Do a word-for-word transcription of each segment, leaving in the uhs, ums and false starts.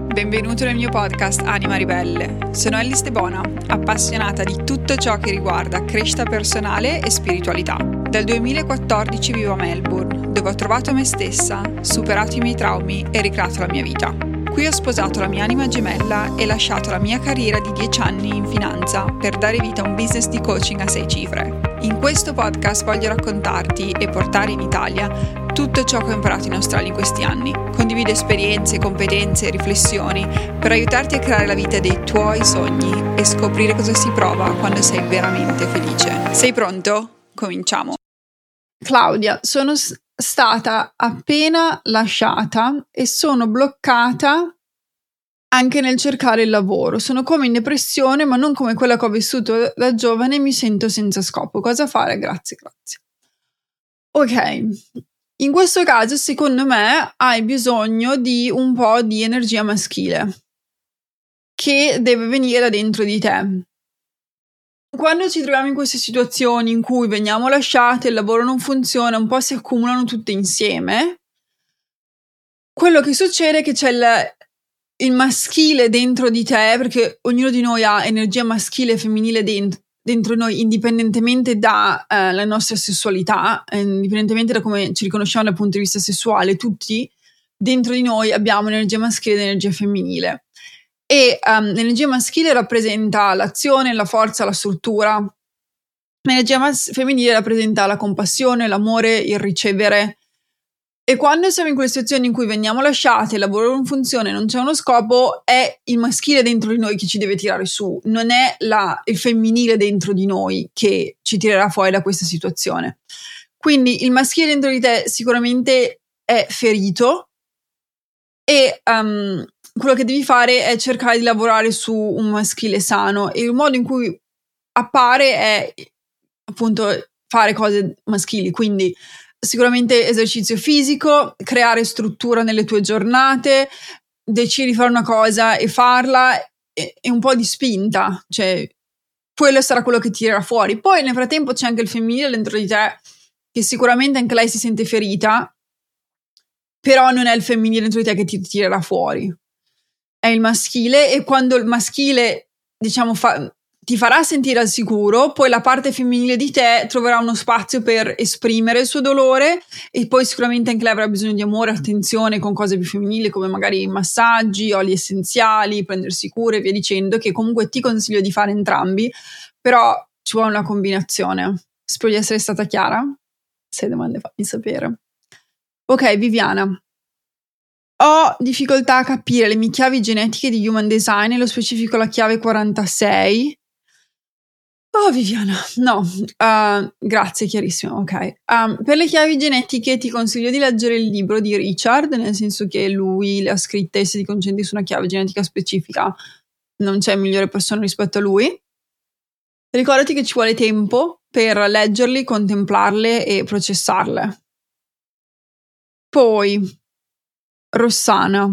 benvenuto nel mio podcast Anima Ribelle. Sono Ellis De Bona, appassionata di tutto ciò che riguarda crescita personale e spiritualità. Dal duemilaquattordici vivo a Melbourne, dove ho trovato me stessa, superato i miei traumi e ricreato la mia vita. Qui ho sposato la mia anima gemella e lasciato la mia carriera di dieci anni in finanza per dare vita a un business di coaching a sei cifre. In questo podcast voglio raccontarti e portare in Italia tutto ciò che ho imparato in Australia in questi anni. Condivido esperienze, competenze e riflessioni per aiutarti a creare la vita dei tuoi sogni e scoprire cosa si prova quando sei veramente felice. Sei pronto? Cominciamo. Claudia, sono s- stata appena lasciata e sono bloccata anche nel cercare il lavoro. Sono come in depressione, ma non come quella che ho vissuto da giovane. Mi sento senza scopo. Cosa fare? Grazie, grazie. Ok. In questo caso, secondo me, hai bisogno di un po' di energia maschile che deve venire da dentro di te. Quando ci troviamo in queste situazioni in cui veniamo lasciate, il lavoro non funziona, un po' si accumulano tutte insieme, quello che succede è che c'è il, il maschile dentro di te, perché ognuno di noi ha energia maschile e femminile dentro, dentro noi, indipendentemente dalla eh, nostra sessualità, eh, indipendentemente da come ci riconosciamo dal punto di vista sessuale. Tutti dentro di noi abbiamo energia maschile ed energia femminile. E um, l'energia maschile rappresenta l'azione, la forza, la struttura. L'energia mas- femminile rappresenta la compassione, l'amore, il ricevere. E quando siamo in quelle situazioni in cui veniamo lasciate, il lavoro non funziona, non c'è uno scopo, è il maschile dentro di noi che ci deve tirare su, non è la, il femminile dentro di noi che ci tirerà fuori da questa situazione. Quindi il maschile dentro di te sicuramente è ferito e um, quello che devi fare è cercare di lavorare su un maschile sano, e il modo in cui appare è appunto fare cose maschili, quindi sicuramente esercizio fisico, creare struttura nelle tue giornate, decidi di fare una cosa e farla, e, e un po' di spinta, cioè quello sarà quello che tirerà fuori. Poi nel frattempo c'è anche il femminile dentro di te, che sicuramente anche lei si sente ferita, però non è il femminile dentro di te che ti tirerà fuori, è il maschile. E quando il maschile, diciamo, fa, ti farà sentire al sicuro, poi la parte femminile di te troverà uno spazio per esprimere il suo dolore, e poi sicuramente anche lei avrà bisogno di amore, attenzione, con cose più femminili come magari massaggi, oli essenziali, prendersi cura e via dicendo, che comunque ti consiglio di fare entrambi, però ci vuole una combinazione. Spero di essere stata chiara. Se hai domande fammi sapere. Ok, Viviana. Ho difficoltà a capire le mie chiavi genetiche di Human Design, nello specifico la chiave quarantasei. Oh, Viviana, no, uh, grazie, chiarissimo, ok. Um, per le chiavi genetiche ti consiglio di leggere il libro di Richard, nel senso che lui le ha scritte, e se ti concentri su una chiave genetica specifica non c'è migliore persona rispetto a lui. Ricordati che ci vuole tempo per leggerli, contemplarle e processarle. Poi, Rossana,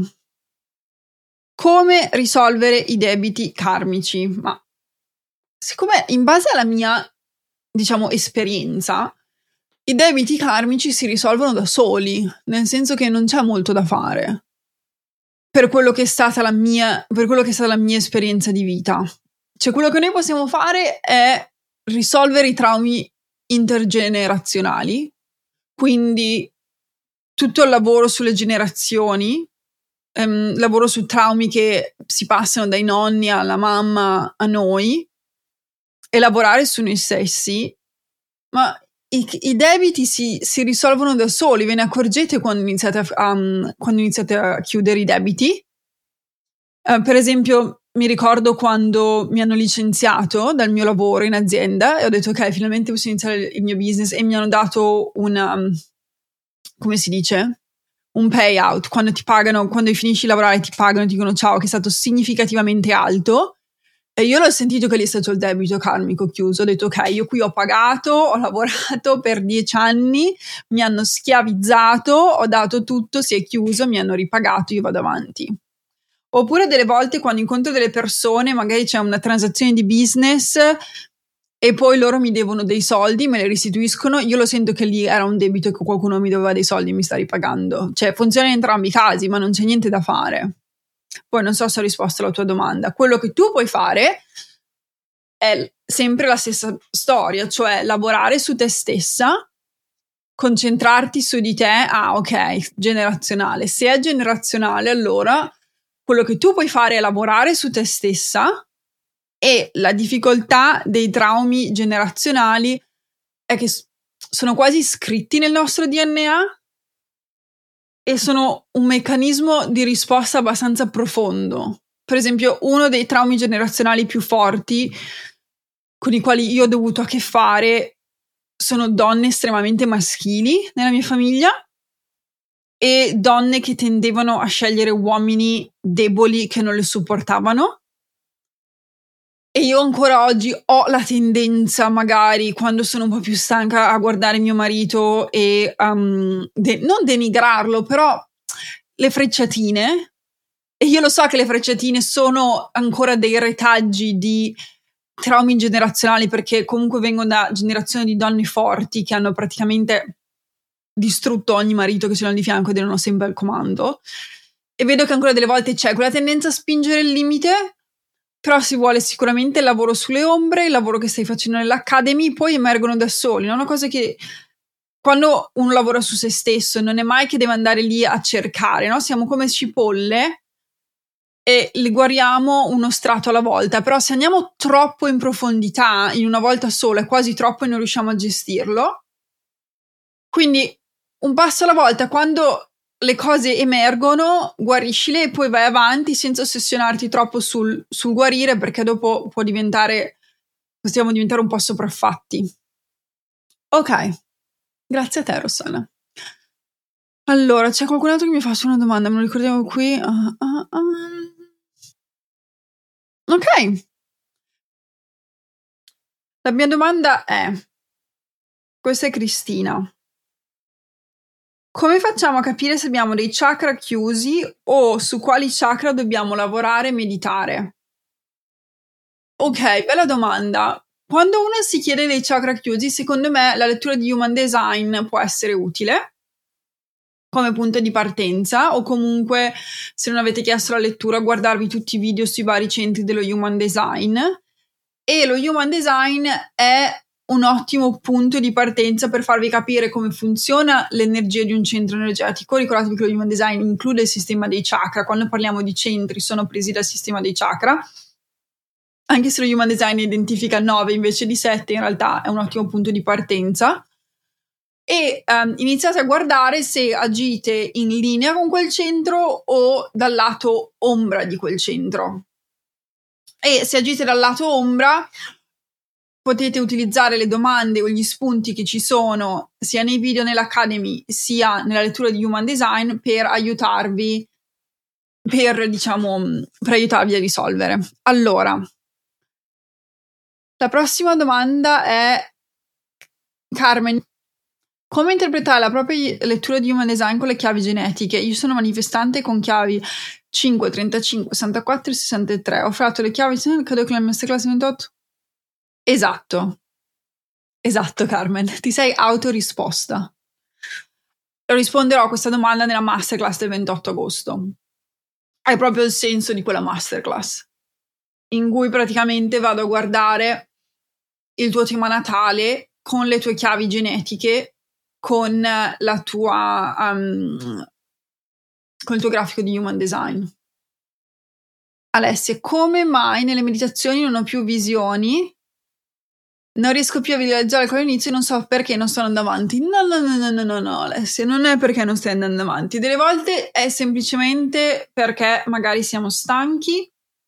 come risolvere i debiti karmici? Ma siccome in base alla mia, diciamo, esperienza, i debiti karmici si risolvono da soli, nel senso che non c'è molto da fare per quello che è stata la mia, per quello che è stata la mia esperienza di vita. Cioè, quello che noi possiamo fare è risolvere i traumi intergenerazionali, quindi tutto il lavoro sulle generazioni, ehm, lavoro su traumi che si passano dai nonni alla mamma a noi, e lavorare su noi stessi. Ma i, i debiti si, si risolvono da soli, ve ne accorgete quando iniziate a, um, quando iniziate a chiudere i debiti? Uh, per esempio, mi ricordo quando mi hanno licenziato dal mio lavoro in azienda e ho detto ok, finalmente posso iniziare il mio business, e mi hanno dato una, come si dice? Un payout, quando ti pagano, quando finisci di lavorare ti pagano, ti dicono ciao, che è stato significativamente alto. E io l'ho sentito che lì è stato il debito karmico chiuso. Ho detto ok, io qui ho pagato, ho lavorato per dieci anni, mi hanno schiavizzato, ho dato tutto, si è chiuso, mi hanno ripagato, io vado avanti. Oppure delle volte quando incontro delle persone, magari c'è una transazione di business e poi loro mi devono dei soldi, me li restituiscono, io lo sento che lì era un debito e che qualcuno mi doveva dei soldi e mi sta ripagando. Cioè funziona in entrambi i casi, ma non c'è niente da fare. Poi non so se ho risposto alla tua domanda. Quello che tu puoi fare è sempre la stessa storia, cioè lavorare su te stessa, concentrarti su di te. Ah, ok, generazionale. Se è generazionale, allora quello che tu puoi fare è lavorare su te stessa, e la difficoltà dei traumi generazionali è che sono quasi scritti nel nostro D N A e sono un meccanismo di risposta abbastanza profondo. Per esempio, uno dei traumi generazionali più forti con i quali io ho dovuto a che fare sono donne estremamente maschili nella mia famiglia e donne che tendevano a scegliere uomini deboli che non le sopportavano. E io ancora oggi ho la tendenza, magari quando sono un po' più stanca, a guardare mio marito e um, de- non denigrarlo, però le frecciatine. E io lo so che le frecciatine sono ancora dei retaggi di traumi generazionali, perché comunque vengono da generazioni di donne forti che hanno praticamente distrutto ogni marito che ce l'hanno di fianco ed erano sempre al comando. E vedo che ancora delle volte c'è quella tendenza a spingere il limite. Però si vuole sicuramente il lavoro sulle ombre, il lavoro che stai facendo nell'Academy, poi emergono da soli. È una cosa che quando uno lavora su se stesso non è mai che deve andare lì a cercare, no? Siamo come cipolle e li guariamo uno strato alla volta, però se andiamo troppo in profondità in una volta sola è quasi troppo e non riusciamo a gestirlo. Quindi un passo alla volta, quando le cose emergono, guariscile e poi vai avanti senza ossessionarti troppo sul, sul guarire, perché dopo può diventare, possiamo diventare un po' sopraffatti. Ok, grazie a te, Rossana. Allora, c'è qualcun altro che mi fa su una domanda, me lo ricordiamo qui. Uh, uh, uh. Ok. La mia domanda è, questa è Cristina. Come facciamo a capire se abbiamo dei chakra chiusi o su quali chakra dobbiamo lavorare e meditare? Ok, bella domanda. Quando uno si chiede dei chakra chiusi, secondo me la lettura di Human Design può essere utile come punto di partenza, o comunque, se non avete chiesto la lettura, guardarvi tutti i video sui vari centri dello Human Design. E lo Human Design è un ottimo punto di partenza per farvi capire come funziona l'energia di un centro energetico. Ricordatevi che lo Human Design include il sistema dei chakra. Quando parliamo di centri sono presi dal sistema dei chakra, anche se lo Human Design identifica nove invece di sette, in realtà è un ottimo punto di partenza. E um, iniziate a guardare se agite in linea con quel centro o dal lato ombra di quel centro. E se agite dal lato ombra potete utilizzare le domande o gli spunti che ci sono sia nei video nell'Academy sia nella lettura di Human Design per aiutarvi per, diciamo, per aiutarvi a risolvere. Allora, la prossima domanda è Carmen. Come interpretare la propria lettura di Human Design con le chiavi genetiche? Io sono manifestante con chiavi cinque, trentacinque, sessantaquattro e sessantatré. Ho fatto le chiavi, credo che la masterclass ventotto. Esatto. Esatto, Carmen. Ti sei autorisposta. Risponderò a questa domanda nella masterclass del ventotto agosto. Hai proprio il senso di quella masterclass, in cui praticamente vado a guardare il tuo tema natale con le tue chiavi genetiche, con la tua um, con il tuo grafico di Human Design. Alessia, come mai nelle meditazioni non ho più visioni? Non riesco più a visualizzare con l'inizio e non so perché non sto andando avanti. No, no, no, no, no, no, no, Alessia, non è perché non stai andando avanti. Delle volte è semplicemente perché magari siamo stanchi,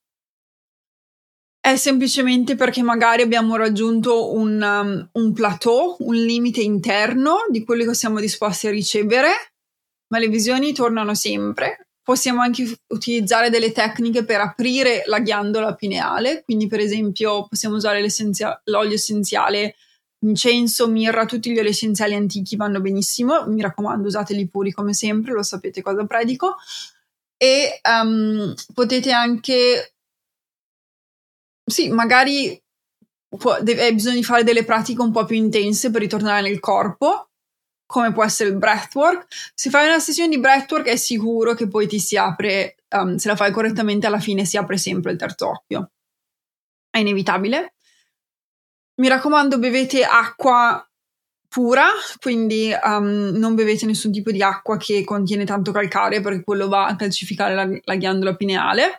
è semplicemente perché magari abbiamo raggiunto un, um, un plateau, un limite interno di quello che siamo disposti a ricevere, ma le visioni tornano sempre. Possiamo anche utilizzare delle tecniche per aprire la ghiandola pineale, quindi per esempio possiamo usare l'olio essenziale, incenso, mirra, tutti gli oli essenziali antichi vanno benissimo, mi raccomando usateli puri come sempre, lo sapete cosa predico, e um, potete anche, sì, magari può, deve, hai bisogno di fare delle pratiche un po' più intense per ritornare nel corpo, come può essere il breathwork. Se fai una sessione di breathwork è sicuro che poi ti si apre um, se la fai correttamente alla fine si apre sempre il terzo occhio. È inevitabile. Mi raccomando, bevete acqua pura, quindi um, non bevete nessun tipo di acqua che contiene tanto calcare, perché quello va a calcificare la, la ghiandola pineale.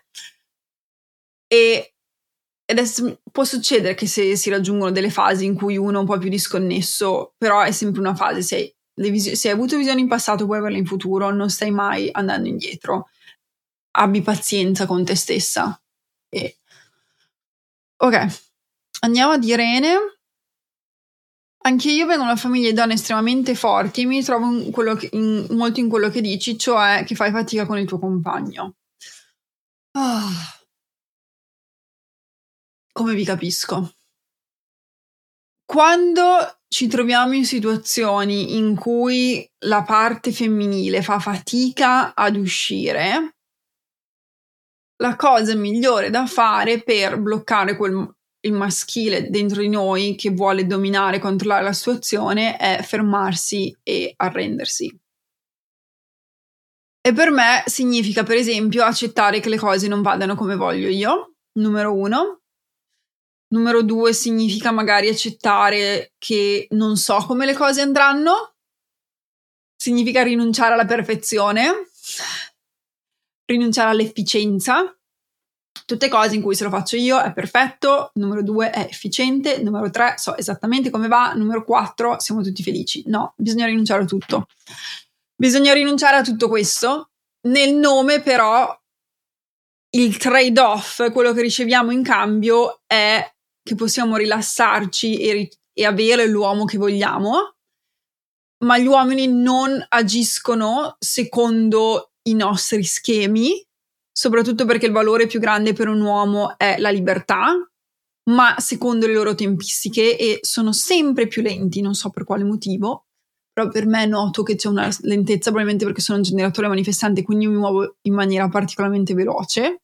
E ed è, può succedere che se si raggiungono delle fasi in cui uno è un po' più disconnesso, però è sempre una fase. Se, le vis- se hai avuto visioni in passato puoi averle in futuro, non stai mai andando indietro. Abbi pazienza con te stessa. E... ok, andiamo ad Irene. Anche io vengo da una famiglia di donne estremamente forti e mi trovo in quello che, in, molto in quello che dici, cioè che fai fatica con il tuo compagno. Oh. Come vi capisco. Quando ci troviamo in situazioni in cui la parte femminile fa fatica ad uscire, la cosa migliore da fare per bloccare quel, il maschile dentro di noi che vuole dominare e controllare la situazione è fermarsi e arrendersi. E per me significa, per esempio, accettare che le cose non vadano come voglio io, numero uno. Numero due significa magari accettare che non so come le cose andranno. Significa rinunciare alla perfezione, rinunciare all'efficienza. Tutte cose in cui se lo faccio io è perfetto, numero due è efficiente, numero tre so esattamente come va, numero quattro siamo tutti felici. No, bisogna rinunciare a tutto. Bisogna rinunciare a tutto questo, nel nome però il trade-off, quello che riceviamo in cambio è che possiamo rilassarci e, ri- e avere l'uomo che vogliamo, ma gli uomini non agiscono secondo i nostri schemi, soprattutto perché il valore più grande per un uomo è la libertà, ma secondo le loro tempistiche, e sono sempre più lenti, non so per quale motivo, però per me noto che c'è una lentezza, probabilmente perché sono un generatore manifestante, quindi mi muovo in maniera particolarmente veloce.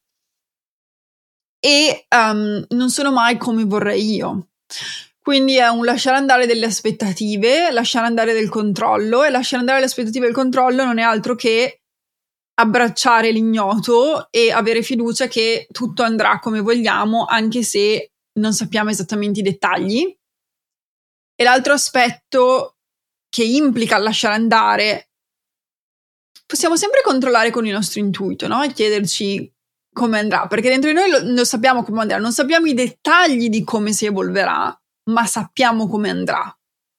E um, non sono mai come vorrei io. Quindi è un lasciare andare delle aspettative, lasciare andare del controllo, e lasciare andare le aspettative e il controllo non è altro che abbracciare l'ignoto e avere fiducia che tutto andrà come vogliamo, anche se non sappiamo esattamente i dettagli. E l'altro aspetto che implica il lasciare andare, possiamo sempre controllare con il nostro intuito, no? E chiederci come andrà, perché dentro di noi lo, lo sappiamo come andrà, non sappiamo i dettagli di come si evolverà, ma sappiamo come andrà.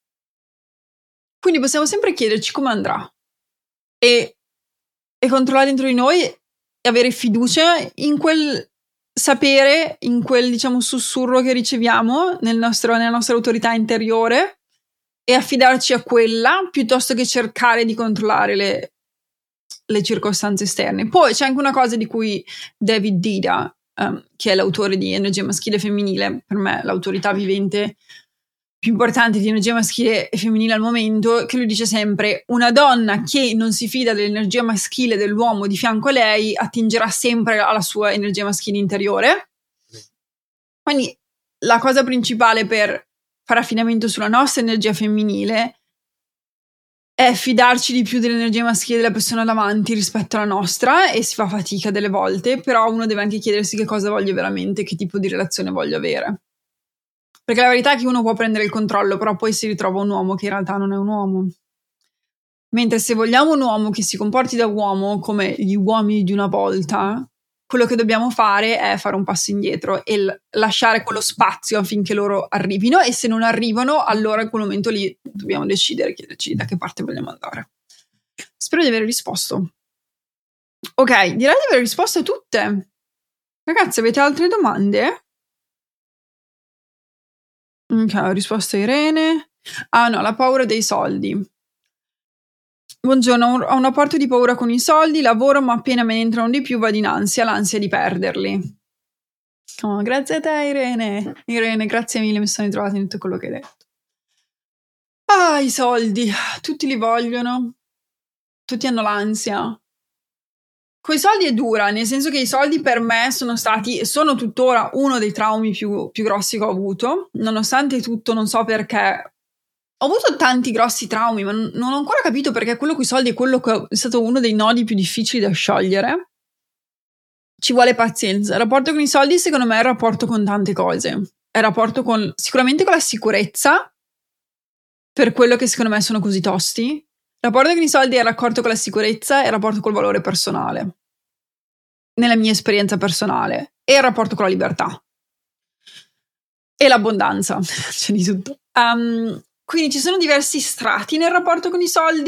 Quindi possiamo sempre chiederci come andrà e, e controllare dentro di noi e avere fiducia in quel sapere, in quel, diciamo, sussurro che riceviamo nel nostro, nella nostra autorità interiore, e affidarci a quella piuttosto che cercare di controllare le le circostanze esterne. Poi c'è anche una cosa di cui David Dida, um, che è l'autore di Energia maschile e femminile, per me l'autorità vivente più importante di energia maschile e femminile al momento, che lui dice sempre: una donna che non si fida dell'energia maschile dell'uomo di fianco a lei attingerà sempre alla sua energia maschile interiore. Quindi la cosa principale per fare affidamento sulla nostra energia femminile è fidarci di più dell'energia maschile della persona davanti rispetto alla nostra, e si fa fatica delle volte, però uno deve anche chiedersi che cosa voglio veramente, che tipo di relazione voglio avere. Perché la verità è che uno può prendere il controllo, però poi si ritrova un uomo che in realtà non è un uomo. Mentre se vogliamo un uomo che si comporti da uomo come gli uomini di una volta, quello che dobbiamo fare è fare un passo indietro e l- lasciare quello spazio affinché loro arrivino, e se non arrivano, allora in quel momento lì dobbiamo decidere, chiederci da che parte vogliamo andare. Spero di aver risposto. Ok, direi di aver risposto a tutte. Ragazzi, avete altre domande? Ok, ho risposto a Irene. Ah no, la paura dei soldi. Buongiorno, ho un rapporto di paura con i soldi, lavoro, ma appena me ne entrano di più vado in ansia, l'ansia di perderli. Oh, grazie a te Irene. Irene, grazie mille, mi sono ritrovata in tutto quello che hai detto. Ah, i soldi, tutti li vogliono, tutti hanno l'ansia. Coi soldi è dura, nel senso che i soldi per me sono stati e sono tuttora uno dei traumi più, più grossi che ho avuto. Nonostante tutto, non so perché. Ho avuto tanti grossi traumi, ma non, non ho ancora capito perché quello coi soldi è quello che è stato uno dei nodi più difficili da sciogliere. ci vuole pazienza. Il rapporto con i soldi, secondo me, è il rapporto con tante cose. È il rapporto con, sicuramente con la sicurezza, per quello che secondo me sono così tosti. Il rapporto con i soldi è il rapporto con la sicurezza e il rapporto col valore personale, nella mia esperienza personale, e il rapporto con la libertà. E l'abbondanza, c'è di tutto. Um, quindi ci sono diversi strati nel rapporto con i soldi,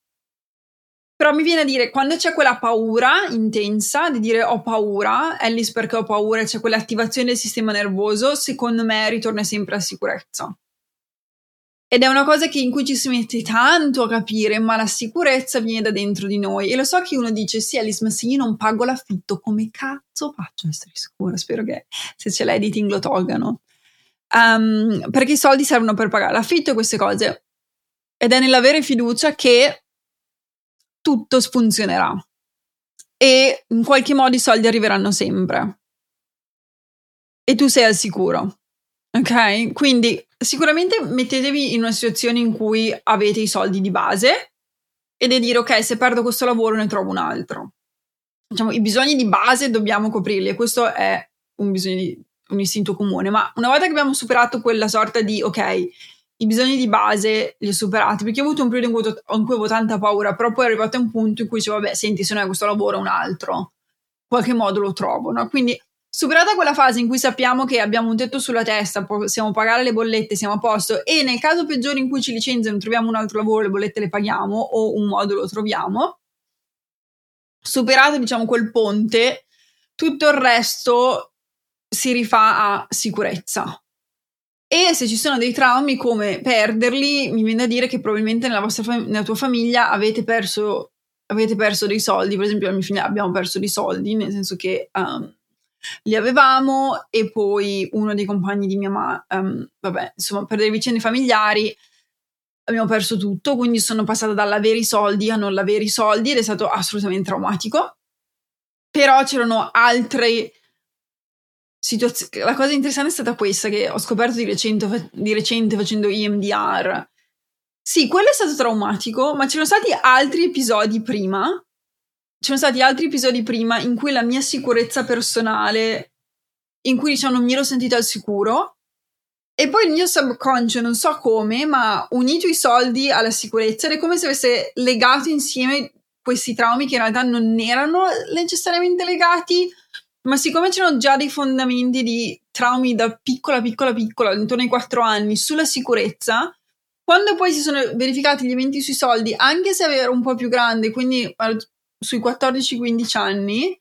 però mi viene a dire, quando c'è quella paura intensa di dire ho paura, Alice perché ho paura, c'è quell'attivazione del sistema nervoso, secondo me ritorna sempre alla sicurezza. Ed è una cosa che in cui ci si mette tanto a capire, ma la sicurezza viene da dentro di noi. E lo so che uno dice, sì Alice, ma se io non pago l'affitto, come cazzo faccio a essere sicura? Spero che se c'è l'editing lo tolgano. Um, perché i soldi servono per pagare l'affitto e queste cose. Ed è nell'avere fiducia che tutto funzionerà e in qualche modo i soldi arriveranno sempre e tu sei al sicuro, ok? Quindi sicuramente mettetevi in una situazione in cui avete i soldi di base ed è dire ok, se perdo questo lavoro ne trovo un altro. Diciamo, i bisogni di base dobbiamo coprirli e questo è un bisogno di, un istinto comune, ma una volta che abbiamo superato quella sorta di ok, i bisogni di base li ho superati, perché ho avuto un periodo in cui, in cui avevo tanta paura, però poi è arrivato a un punto in cui dicevo vabbè, senti, se non è questo lavoro un altro, in qualche modo lo trovo, no? Quindi superata quella fase in cui sappiamo che abbiamo un tetto sulla testa, possiamo pagare le bollette, siamo a posto, e nel caso peggiore in cui ci licenziano troviamo un altro lavoro, le bollette le paghiamo o un modo lo troviamo, superato diciamo quel ponte, tutto il resto si rifà a sicurezza. E se ci sono dei traumi come perderli, mi viene da dire che probabilmente nella vostra fam- nella tua famiglia avete perso, avete perso dei soldi. Per esempio, la mia famiglia abbiamo perso dei soldi, nel senso che um, li avevamo e poi uno dei compagni di mia mamma, um, vabbè, insomma, per delle vicende familiari abbiamo perso tutto, quindi sono passata dall'avere i soldi a non avere i soldi ed è stato assolutamente traumatico. Però c'erano altre situazioni. La cosa interessante è stata questa che ho scoperto di recente, di recente facendo E M D R. Sì, quello è stato traumatico, ma c'erano stati altri episodi prima. C'erano stati altri episodi prima in cui la mia sicurezza personale, in cui diciamo non mi ero sentita al sicuro, e poi il mio subconscio, non so come, ma ha unito i soldi alla sicurezza ed è come se avesse legato insieme questi traumi che in realtà non erano necessariamente legati, ma siccome c'erano già dei fondamenti di traumi da piccola piccola piccola, intorno ai quattro anni, sulla sicurezza, quando poi si sono verificati gli eventi sui soldi, anche se ero un po' più grande, quindi sui quattordici quindici anni,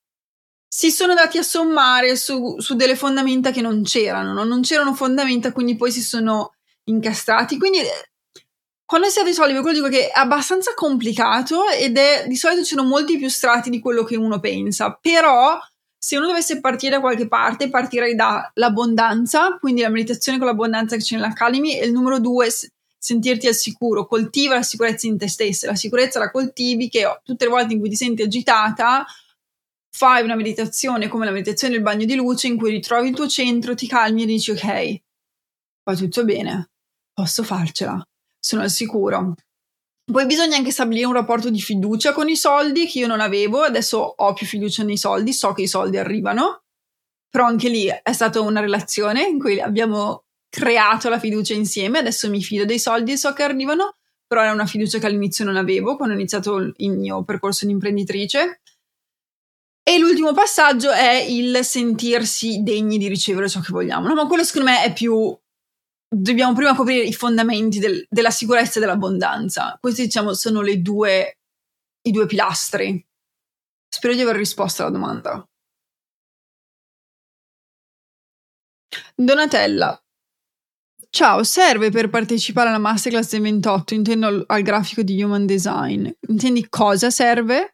si sono dati a sommare su, su delle fondamenta che non c'erano, no? Non c'erano fondamenta, quindi poi si sono incastrati. Quindi quando si ha dei soldi, per quello dico che è abbastanza complicato ed è, di solito ci sono molti più strati di quello che uno pensa, però se uno dovesse partire da qualche parte, partirei dall'abbondanza, quindi la meditazione con l'abbondanza che c'è nell'Academy, e il numero due, sentirti al sicuro, coltiva la sicurezza in te stessa. La sicurezza la coltivi che tutte le volte in cui ti senti agitata, fai una meditazione come la meditazione del bagno di luce in cui ritrovi il tuo centro, ti calmi e dici ok, va tutto bene, posso farcela, sono al sicuro. Poi bisogna anche stabilire un rapporto di fiducia con i soldi che io non avevo, adesso ho più fiducia nei soldi, so che i soldi arrivano, però anche lì è stata una relazione in cui abbiamo creato la fiducia insieme, adesso mi fido dei soldi e so che arrivano, però era una fiducia che all'inizio non avevo quando ho iniziato il mio percorso di imprenditrice. E l'ultimo passaggio è il sentirsi degni di ricevere ciò che vogliamo, no? Ma quello secondo me è più, dobbiamo prima coprire i fondamenti del, della sicurezza e dell'abbondanza. Questi diciamo sono le due, i due pilastri. Spero di aver risposto alla domanda. Donatella, ciao, serve per partecipare alla masterclass del ventotto, intendo al, al grafico di Human Design, intendi cosa serve?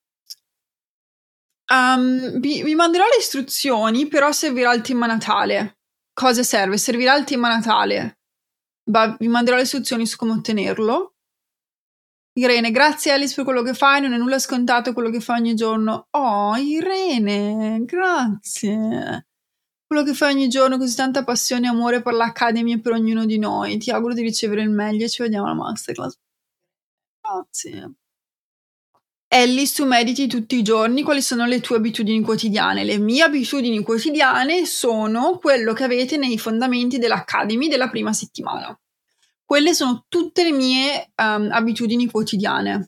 Um, vi, vi manderò le istruzioni, però servirà il tema natale. Cosa serve? Servirà il tema natale. Bah, vi manderò le istruzioni su come ottenerlo. Irene, grazie Alice per quello che fai, non è nulla scontato quello che fai ogni giorno. Oh, Irene, grazie. Quello che fai ogni giorno, così tanta passione e amore per l'Academy e per ognuno di noi. Ti auguro di ricevere il meglio e ci vediamo alla masterclass. Grazie. Ellis, tu mediti tutti i giorni, quali sono le tue abitudini quotidiane? Le mie abitudini quotidiane sono quello che avete nei fondamenti dell'Academy della prima settimana. Quelle sono tutte le mie um, abitudini quotidiane.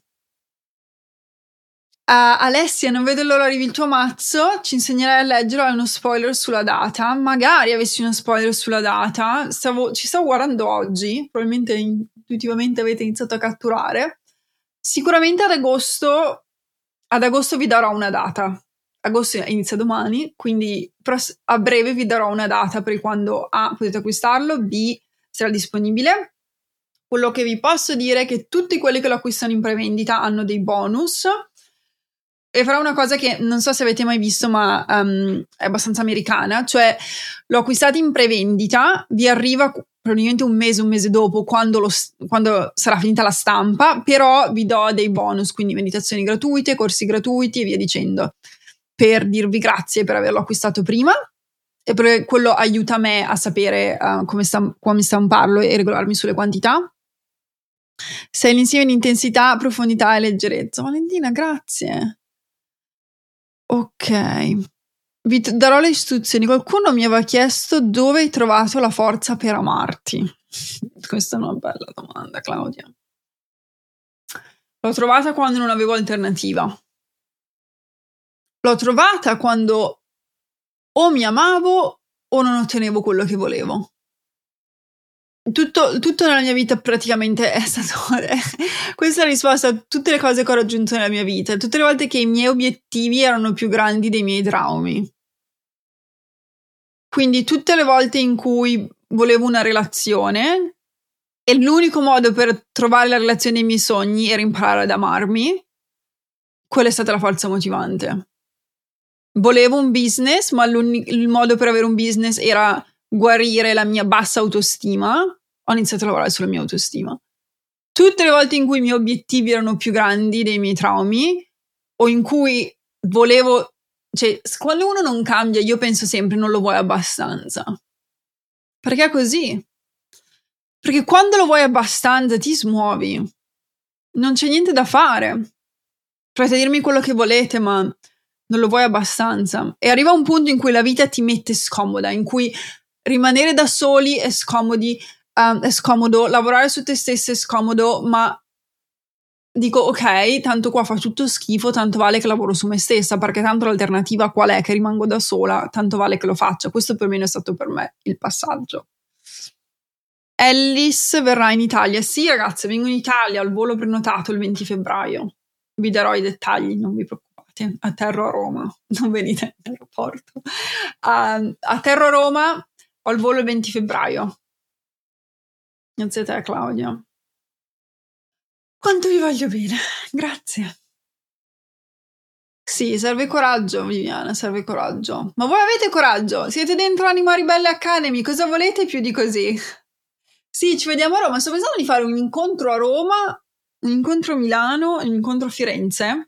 Uh, Alessia, non vedo l'ora arrivi il tuo mazzo, ci insegnerai a leggerlo, hai uno spoiler sulla data? Magari avessi uno spoiler sulla data, stavo, ci stavo guardando oggi, probabilmente intuitivamente avete iniziato a catturare. Sicuramente ad agosto, ad agosto vi darò una data. Agosto inizia domani, quindi a breve vi darò una data per quando A potete acquistarlo, B sarà disponibile. Quello che vi posso dire è che tutti quelli che lo acquistano in prevendita hanno dei bonus. E farò una cosa che non so se avete mai visto, ma um, è abbastanza americana, cioè lo acquistate in prevendita, vi arriva probabilmente un mese, un mese dopo, quando, lo, quando sarà finita la stampa, però vi do dei bonus, quindi meditazioni gratuite, corsi gratuiti e via dicendo, per dirvi grazie per averlo acquistato prima, e perché quello aiuta me a sapere uh, come, stam- come stamparlo e regolarmi sulle quantità. Sei l'insieme di intensità, profondità e leggerezza. Valentina, grazie. Ok, vi t- darò le istruzioni. Qualcuno mi aveva chiesto dove hai trovato la forza per amarti. Questa è una bella domanda, Claudia. L'ho trovata quando non avevo alternativa. L'ho trovata quando o mi amavo o non ottenevo quello che volevo. Tutto, tutto nella mia vita praticamente è stato questa è la risposta a tutte le cose che ho raggiunto nella mia vita, tutte le volte che i miei obiettivi erano più grandi dei miei traumi. Quindi tutte le volte in cui volevo una relazione e l'unico modo per trovare la relazione dei miei sogni era imparare ad amarmi, quella è stata la forza motivante. Volevo un business, ma il modo per avere un business era guarire la mia bassa autostima. Ho iniziato a lavorare sulla mia autostima. Tutte le volte in cui i miei obiettivi erano più grandi dei miei traumi, o in cui volevo, cioè quando uno non cambia, io penso sempre non lo vuoi abbastanza, perché è così, perché quando lo vuoi abbastanza ti smuovi, non c'è niente da fare, potete dirmi quello che volete, ma non lo vuoi abbastanza, e arriva un punto in cui la vita ti mette scomoda, in cui rimanere da soli è scomodi, um, è scomodo, lavorare su te stesso è scomodo, ma dico ok, tanto qua fa tutto schifo, tanto vale che lavoro su me stessa, perché tanto l'alternativa qual è? Che rimango da sola, tanto vale che lo faccia. Questo per me è stato per me il passaggio. Ellis verrà in Italia. Sì ragazze, vengo in Italia, ho il volo prenotato il venti febbraio, vi darò i dettagli, non vi preoccupate. Atterro a Roma, non venite all'aeroporto. Uh, atterro a Roma, ho il volo il venti febbraio. Grazie a te Claudia. Quanto vi voglio bene, grazie. Sì, serve coraggio Viviana, serve coraggio. Ma voi avete coraggio? Siete dentro Anima Ribelle Academy, cosa volete più di così? Sì, ci vediamo a Roma, sto pensando di fare un incontro a Roma, un incontro a Milano, un incontro a Firenze.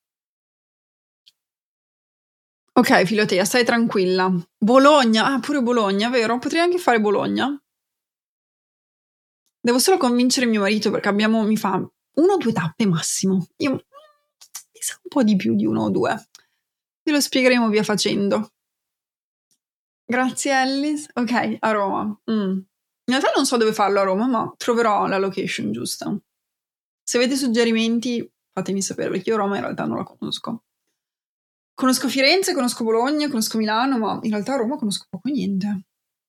Ok, Filotea, stai tranquilla. Bologna, ah pure Bologna, vero? Potrei anche fare Bologna. Devo solo convincere mio marito perché abbiamo, mi fa uno o due tappe massimo. Io mi sa un po' di più di uno o due. Ve lo spiegheremo via facendo. Grazie Ellis. Ok, a Roma. Mm. In realtà non so dove farlo a Roma, ma troverò la location giusta. Se avete suggerimenti fatemi sapere, perché io Roma in realtà non la conosco. Conosco Firenze, conosco Bologna, conosco Milano, ma in realtà a Roma conosco poco e niente.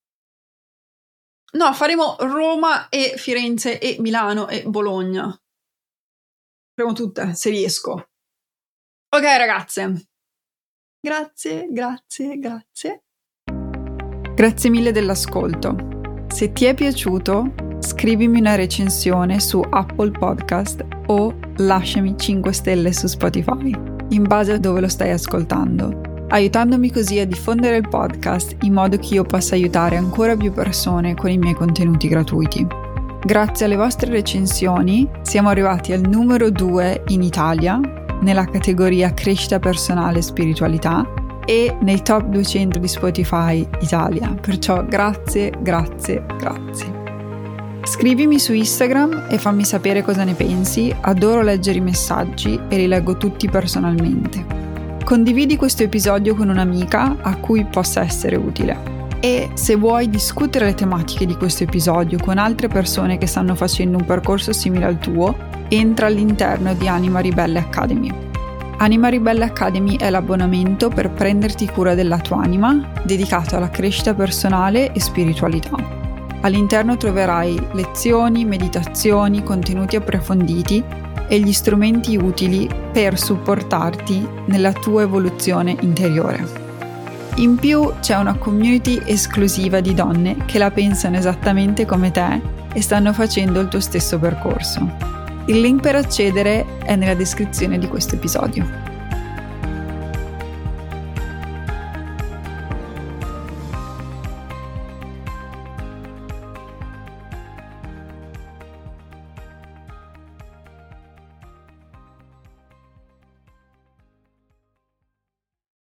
No, faremo Roma e Firenze e Milano e Bologna. Faremo tutte, se riesco. Ok ragazze. Grazie, grazie, grazie. Grazie mille dell'ascolto. Se ti è piaciuto, scrivimi una recensione su Apple Podcast o lasciami cinque stelle su Spotify, in base a dove lo stai ascoltando, aiutandomi così a diffondere il podcast in modo che io possa aiutare ancora più persone con i miei contenuti gratuiti. Grazie alle vostre recensioni siamo arrivati al numero due in Italia nella categoria crescita personale e spiritualità e nei top duecento di Spotify Italia, perciò grazie, grazie, grazie. Scrivimi su Instagram e fammi sapere cosa ne pensi, adoro leggere i messaggi e li leggo tutti personalmente. Condividi questo episodio con un'amica a cui possa essere utile. E se vuoi discutere le tematiche di questo episodio con altre persone che stanno facendo un percorso simile al tuo, entra all'interno di Anima Ribelle Academy. Anima Ribelle Academy è l'abbonamento per prenderti cura della tua anima, dedicato alla crescita personale e spiritualità. All'interno troverai lezioni, meditazioni, contenuti approfonditi e gli strumenti utili per supportarti nella tua evoluzione interiore. In più c'è una community esclusiva di donne che la pensano esattamente come te e stanno facendo il tuo stesso percorso. Il link per accedere è nella descrizione di questo episodio.